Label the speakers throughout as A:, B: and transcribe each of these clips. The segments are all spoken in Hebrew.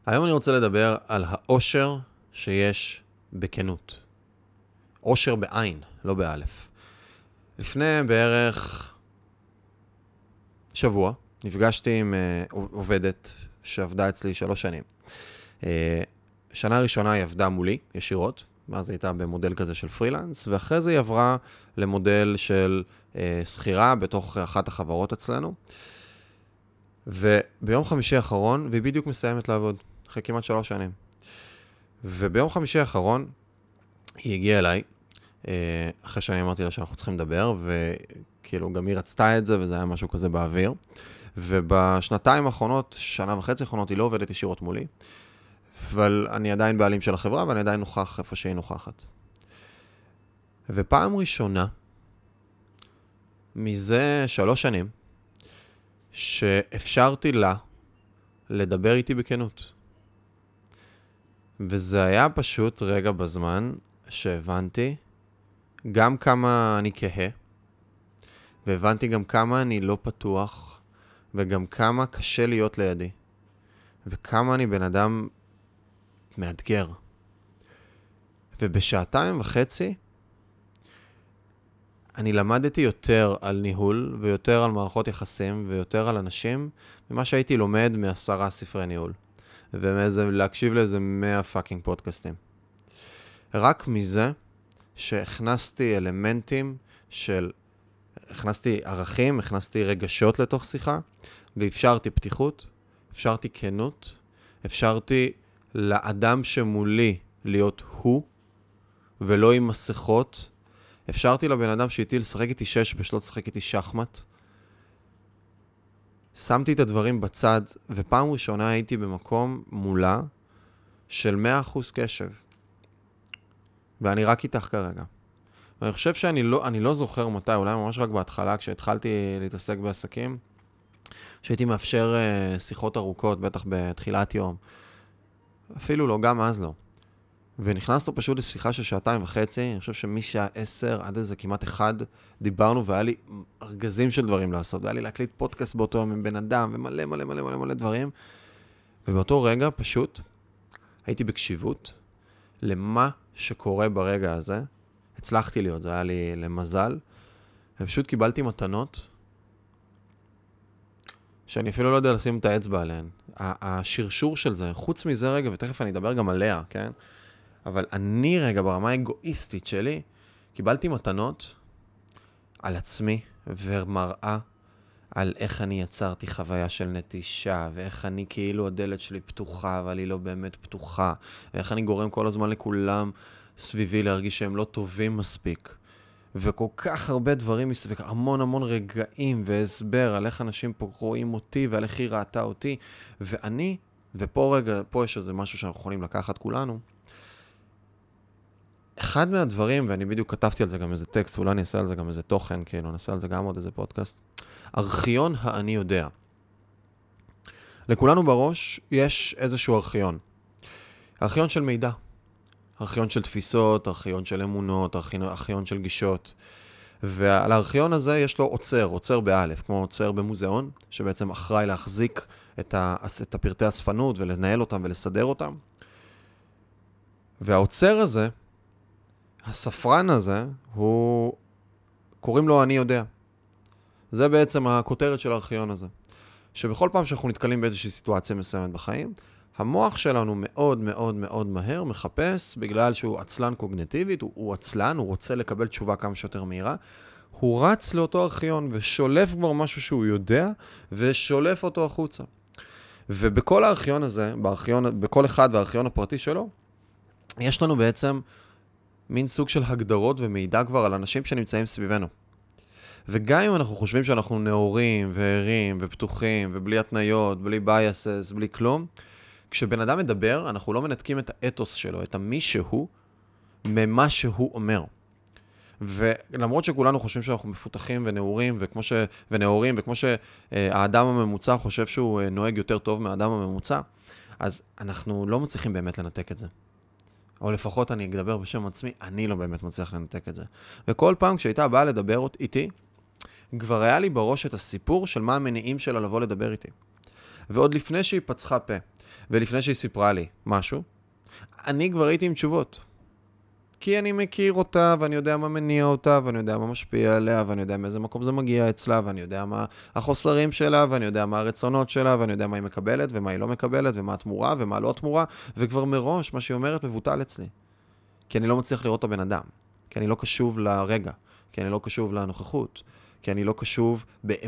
A: היום אני רוצה לדבר על האושר שיש בכנות. אושר בעין, לא באלף. לפני בערך שבוע נפגשתי עם עובדת שעבדה אצלי 3 שנים. שנה ראשונה היא עבדה מולי, ישירות, ואז היא הייתה במודל כזה של פרילנס, ואחרי זה היא עברה למודל של שכירה בתוך אחת החברות אצלנו. וביום חמישי האחרון, והיא בדיוק מסיימת לעבוד, אחרי כמעט 3 שנים. וביום חמישי האחרון, היא הגיעה אליי, אחרי שאני אמרתי לה שאנחנו צריכים לדבר, וכאילו גם היא רצתה את זה, וזה היה משהו כזה באוויר. ובשנתיים האחרונות, 1.5 שנה האחרונות, היא לא עובדת ישירות מולי, אבל אני עדיין בעלים של החברה, ואני עדיין נוכח איפה שהיא נוכחת. ופעם ראשונה, מזה 3 שנים, שאפשרתי לה לדבר איתי בכנות. וזה היה פשוט רגע בזמן שהבנתי גם כמה אני כהה, והבנתי גם כמה אני לא פתוח, וגם כמה קשה להיות לידי, וכמה אני בן אדם מאתגר. ובשעתיים וחצי אני למדתי יותר על ניהול, ויותר על מערכות יחסים, ויותר על אנשים, ממה שהייתי לומד מ10 ספרי ניהול. ולהקשיב לאיזה 100 פאקינג פודקאסטים. רק מזה שהכנסתי אלמנטים הכנסתי ערכים, הכנסתי רגשות לתוך שיחה, ואפשרתי פתיחות, אפשרתי כנות, אפשרתי לאדם שמולי להיות הוא, ולא עם מסכות, אפשרתי לבן אדם שאיתי לשחק איתי 6 בשלא לשחק איתי שחמט. שמתי את הדברים בצד, ופעם ראשונה הייתי במקום מולה של 100% קשב. ואני רק איתך כרגע. ואני חושב שאני לא זוכר מתי, אולי ממש רק בהתחלה, כשהתחלתי להתעסק בעסקים, שהייתי מאפשר שיחות ארוכות, בטח בתחילת יום. אפילו לא, גם אז לא. ונכנסנו פשוט לשיחה של 2.5 שעות, אני חושב שמשעה 10 עד איזה כמעט 1, דיברנו והיה לי ארגזים של דברים לעשות, והיה לי להקליט פודקאסט באותו יום עם בן אדם, ומלא מלא מלא מלא מלא דברים, ובאותו רגע פשוט הייתי בקשיבות למה שקורה ברגע הזה, הצלחתי להיות, זה היה לי למזל, ופשוט קיבלתי מתנות, שאני אפילו לא יודע לשים את האצבע עליהן. השרשור של זה, חוץ מזה רגע, ותכף אני אדבר גם עליה, כן? אבל אני רגע ברמה האגואיסטית שלי, קיבלתי מתנות על עצמי ומראה על איך אני יצרתי חוויה של נטישה, ואיך אני כאילו הדלת שלי פתוחה, אבל היא לא באמת פתוחה, ואיך אני גורם כל הזמן לכולם סביבי להרגיש שהם לא טובים מספיק. וכל כך הרבה דברים מסביב, המון רגעים והסבר על איך אנשים פה רואים אותי ועל איך היא ראתה אותי, ואני, ופה רגע, פה יש איזה משהו שאנחנו יכולים לקחת כולנו, אחד מהדברים, ואני בדיוק כתבתי על זה גם איזה טקסט, אולי אני אעשה על זה גם איזה תוכן, כאילו, נעשה על זה גם עוד איזה פודקאסט. ארכיון האני יודע. לכולנו בראש יש איזשהו ארכיון. ארכיון של מידע. ארכיון של תפיסות, ארכיון של אמונות, ארכיון של גישות. ועל הארכיון הזה יש לו עוצר באלף, כמו עוצר במוזיאון, שבעצם אחראי להחזיק את הפרטי הספנות ולנהל אותם ולסדר אותם. והעוצר הזה, הספרן הזה, קוראים לו אני יודע. זה בעצם הכותרת של הארכיון הזה. שבכל פעם שאנחנו נתקלים באיזושהי סיטואציה מסוימת בחיים, המוח שלנו מאוד מאוד מאוד מהר מחפש, בגלל שהוא עצלן קוגניטיבית, הוא עצלן, הוא רוצה לקבל תשובה כמה שיותר מהירה, הוא רץ לאותו ארכיון ושולף כבר משהו שהוא יודע, ושולף אותו החוצה. ובכל הארכיון הזה, בכל אחד והארכיון הפרטי שלו, יש לנו בעצם מין סוג של הגדרות ומידע כבר על אנשים שנמצאים סביבנו. וגם אם אנחנו חושבים שאנחנו נאורים וערים ופתוחים ובלי התניות, בלי בייסס, בלי כלום, כשבן אדם מדבר, אנחנו לא מנתקים את האתוס שלו, את המי שהוא, ממה שהוא אומר. ולמרות שכולנו חושבים שאנחנו מפותחים ונאורים, וכמו שהאדם הממוצע חושב שהוא נוהג יותר טוב מהאדם הממוצע, אז אנחנו לא מצליחים באמת לנתק את זה. או לפחות אני אדבר בשם עצמי, אני לא באמת מצליח לנתק את זה. וכל פעם כשהייתה באה לדבר איתי, כבר היה לי בראש את הסיפור של מה המניעים שלה לבוא לדבר איתי. ועוד לפני שהיא פצחה פה, ולפני שהיא סיפרה לי משהו, אני כבר הייתי עם תשובות. כי אני מכיר אותה, ואני יודע מה מניע אותה, ואני יודע מה משפיע עליה, ואני יודע מאיזה מקום זה מגיע אצלה, ואני יודע מה החוסרים שלה, ואני יודע מה הרצונות שלה, ואני יודע מה היא מקבלת, ומה היא לא מקבלת, ומה התמורה, ומה לא התמורה, וכבר מראש מה שהיא אומרת מבוטל אצלי. כי אני לא מצליח לראות את הבן אדם, כי אני לא קשוב לרגע, כי אני לא קשוב לנוכחות, כי אני לא קשוב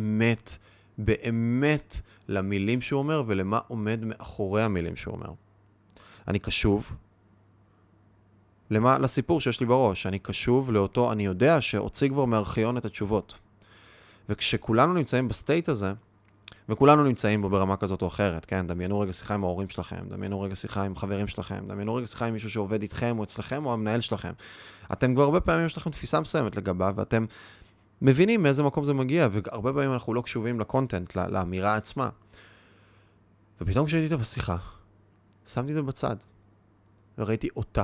A: באמת למילים שהוא אומר, ולמה עומד מאחורי המילים שהוא אומר. אני קשוב לסיפור שיש לי בראש, אני קשוב לאותו, אני יודע שהוציא כבר מארכיון את התשובות. וכשכולנו נמצאים בסטייט הזה, וכולנו נמצאים בו ברמה כזאת או אחרת, כן? דמיינו רגע שיחה עם ההורים שלכם, דמיינו רגע שיחה עם חברים שלכם, דמיינו רגע שיחה עם מישהו שעובד איתכם או אצלכם או המנהל שלכם. אתם כבר הרבה פעמים יש לכם תפיסה מסוימת לגביו, ואתם מבינים מאיזה מקום זה מגיע, והרבה פעמים אנחנו לא קשובים לקונטנט, לאמירה עצמה. ופתאום כשהייתי איתה בשיחה, שמתי את זה בצד, וראיתי אותה.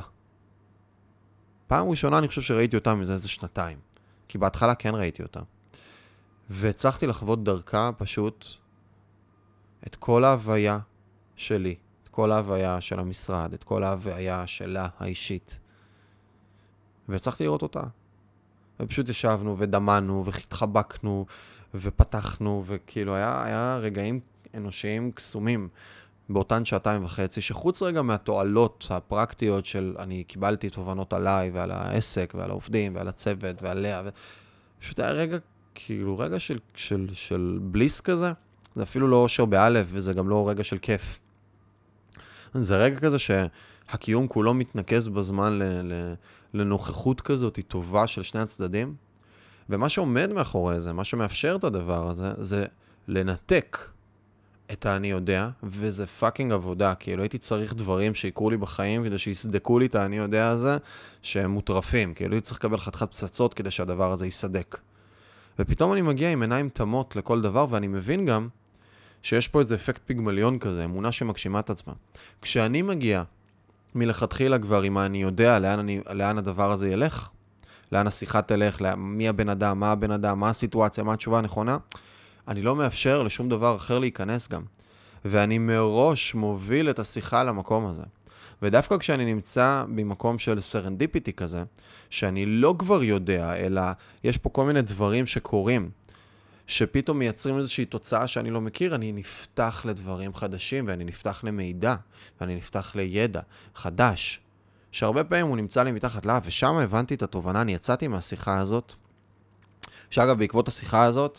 A: פעם ראשונה אני חושב שראיתי אותה מזה איזה שנתיים, כי בהתחלה כן ראיתי אותה. והצלחתי לחוות דרכה פשוט את כל ההוויה שלי, את כל ההוויה של המשרד, את כל ההוויה שלה האישית. והצלחתי לראות אותה. ופשוט ישבנו ודמנו והתחבקנו ופתחנו, וכאילו היה רגעים אנושיים קסומים באותן 2.5 שעות, שחוץ רגע מהתועלות הפרקטיות של אני קיבלתי תובנות עליי ועל העסק ועל העובדים ועל הצוות ועליה, פשוט היה רגע, כאילו רגע של בליס כזה, זה אפילו לא אושר באלף וזה גם לא רגע של כיף. זה רגע כזה שהקיום כולו מתנקז בזמן לנוכחות כזאת היא טובה של שני הצדדים, ומה שעומד מאחורי זה, מה שמאפשר את הדבר הזה, זה לנתק את אני יודע, וזה פאקינג עבודה, כי לא הייתי צריך דברים שיקרו לי בחיים כדי שיסדקו לי את אני יודע הזה, שהם מוטרפים, כי לא הייתי צריך לקבל חתיכת פצצות כדי שהדבר הזה יסדק. ופתאום אני מגיע עם עיניים תמות לכל דבר, ואני מבין גם שיש פה איזה אפקט פיגמליון כזה, אמונה שמגשימה את עצמה. כשאני מגיע מלכתחילה כבר עם אני יודע לאן הדבר הזה ילך, לאן השיחה תלך, מי הבן אדם, מה הבן אדם, מה הסיטואציה, מה התשובה הנכונה, אני לא מאפשר לשום דבר אחר להיכנס גם. ואני מראש מוביל את השיחה למקום הזה. ודווקא כשאני נמצא במקום של סרנדיפיטי כזה, שאני לא כבר יודע, אלא יש פה כל מיני דברים שקורים, שפתאום מייצרים איזושהי תוצאה שאני לא מכיר, אני נפתח לדברים חדשים, ואני נפתח למידע, ואני נפתח לידע חדש, שהרבה פעמים הוא נמצא לי מתחת לה, ושם הבנתי את התובנה, אני יצאתי מהשיחה הזאת, שאגב, בעקבות השיחה הזאת,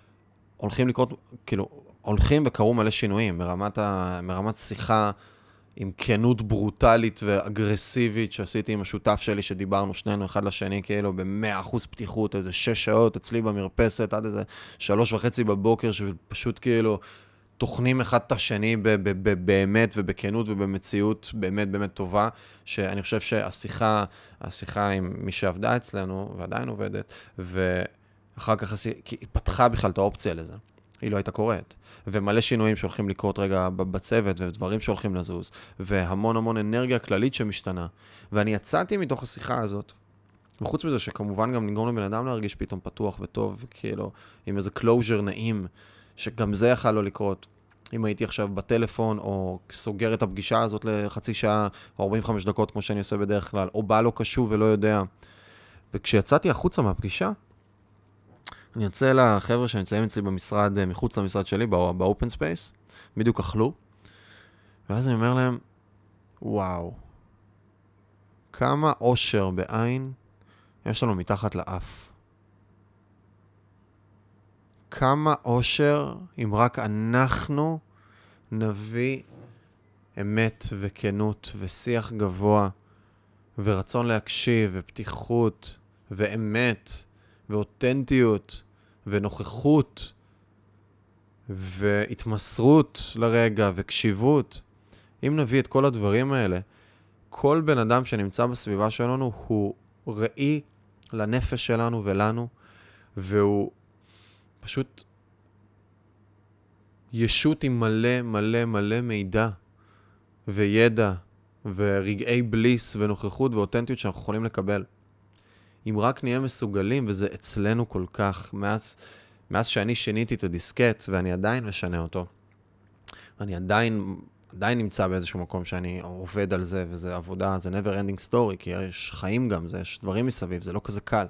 A: הולכים וקרו מלא שינויים, מרמת שיחה עם כנות ברוטלית ואגרסיבית שעשיתי עם השותף שלי, שדיברנו שנינו אחד לשני, כאילו ב100% פתיחות, איזה 6 שעות אצלי במרפסת, עד איזה 3:30 בבוקר, שפשוט כאילו תוכנים אחד את השני באמת ובכנות ובמציאות באמת באמת טובה, שאני חושב שהשיחה עם מי שעבדה אצלנו, ועדיין עובדת, ואחר כך היא פתחה בכלל את האופציה לזה. היא לא הייתה קורית. ומלא שינויים שהולכים לקרות רגע בצוות, ודברים שהולכים לזוז, והמון אנרגיה כללית שמשתנה. ואני יצאתי מתוך השיחה הזאת, וחוץ מזה שכמובן גם נגרום לבן אדם להרגיש פתאום פתוח וטוב, וכאילו עם איזה closure נעים, שגם זה יכל לא לקרות. אם הייתי עכשיו בטלפון, או סוגר את הפגישה הזאת לחצי שעה, או 45 דקות, כמו שאני עושה בדרך כלל, או בא לא קשוב ולא יודע. וכשיצאתי החוצה מהפגישה, אני יוצא לחבר'ה שנמצאים אצלי במשרד, מחוץ למשרד שלי, באופן ספייס, בדיוק אכלו, ואז אני אומר להם, וואו, כמה אושר בעין יש לנו מתחת לאף. כמה אושר אם רק אנחנו נביא אמת וכנות ושיח גבוה ורצון להקשיב ופתיחות ואמת ואותנטיות ונוכחות והתמסרות לרגע וקשיבות. אם נביא את כל הדברים האלה, כל בן אדם שנמצא בסביבה שלנו הוא ראי לנפש שלנו ולנו, והוא פשוט ישות עם מלא מידע וידע ורגעי בליס ונוכחות ואותנטיות שאנחנו יכולים לקבל. אם רק נהיה מסוגלים, וזה אצלנו כל כך, מאז שאני שיניתי את הדיסקט, ואני עדיין משנה אותו, אני עדיין עדיין נמצא באיזשהו מקום שאני עובד על זה, וזה עבודה, זה never ending story, כי יש חיים גם, יש דברים מסביב, זה לא כזה קל.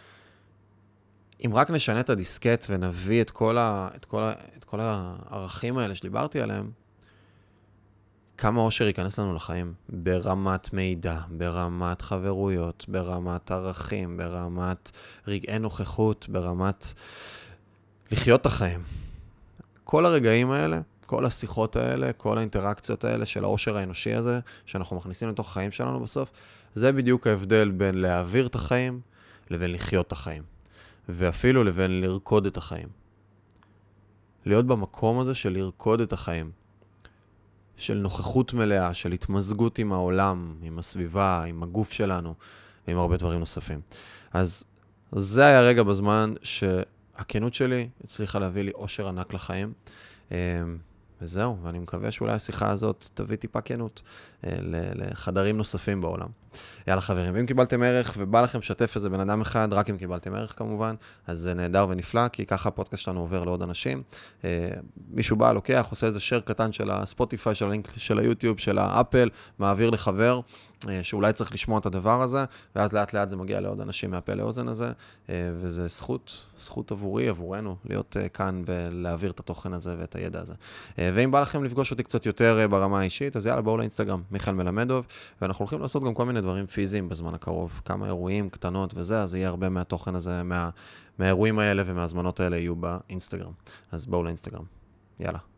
A: אם רק נשנה את הדיסקט ונביא את כל הערכים האלה שדיברתי עליהם, כמה אושר ייכנס לנו לחיים, ברמת מידע, ברמת חברויות, ברמת ערכים, ברמת רגעי נוכחות, ברמת לחיות את החיים. כל הרגעים האלה, כל השיחות האלה, כל האינטראקציות האלה של האושר האנושי הזה, שאנחנו מכניסים לתוך החיים שלנו בסוף, זה בדיוק ההבדל בין להעביר את החיים לבין לחיות את החיים. ואפילו לבין לרקוד את החיים. להיות במקום הזה של לרקוד את החיים. של נוכחות מלאה, של התמזגות עם העולם, עם הסביבה, עם הגוף שלנו, ועם הרבה דברים נוספים. אז זה היה רגע בזמן שהכנות שלי הצליחה להביא לי אושר ענק לחיים. וזהו, ואני מקווה שאולי השיחה הזאת תביא טיפה כנות לחדרים נוספים בעולם. יאללה חברים, ואם קיבלתם ערך ובא לכם שתף איזה בן אדם אחד, רק אם קיבלתם ערך כמובן, אז זה נהדר ונפלא, כי ככה הפודקאסט שלנו עובר לעוד אנשים. מישהו בא, לוקח, עושה איזה share קטן של הספוטיפיי, של הלינק של היוטיוב, של האפל, מעביר לחבר, שאולי צריך לשמוע את הדבר הזה, ואז לאט לאט זה מגיע לעוד אנשים מהפה לאוזן הזה, וזה זכות עבורנו, להיות כאן ולהעביר את התוכן הזה ואת הידע הזה. ואם בא לכם לפגוש אותי קצת יותר ברמה האישית, אז יאללה, בואו לאינסטגרם, מיכאל מלמדוב, ואנחנו הולכים לעשות גם כל מיני דברים פיזיים בזמן הקרוב, כמה אירועים קטנות וזה, אז יהיה הרבה מהתוכן הזה, מהאירועים האלה ומהזמנות האלה יהיו באינסטגרם. אז בואו לאינסטגרם. יאללה.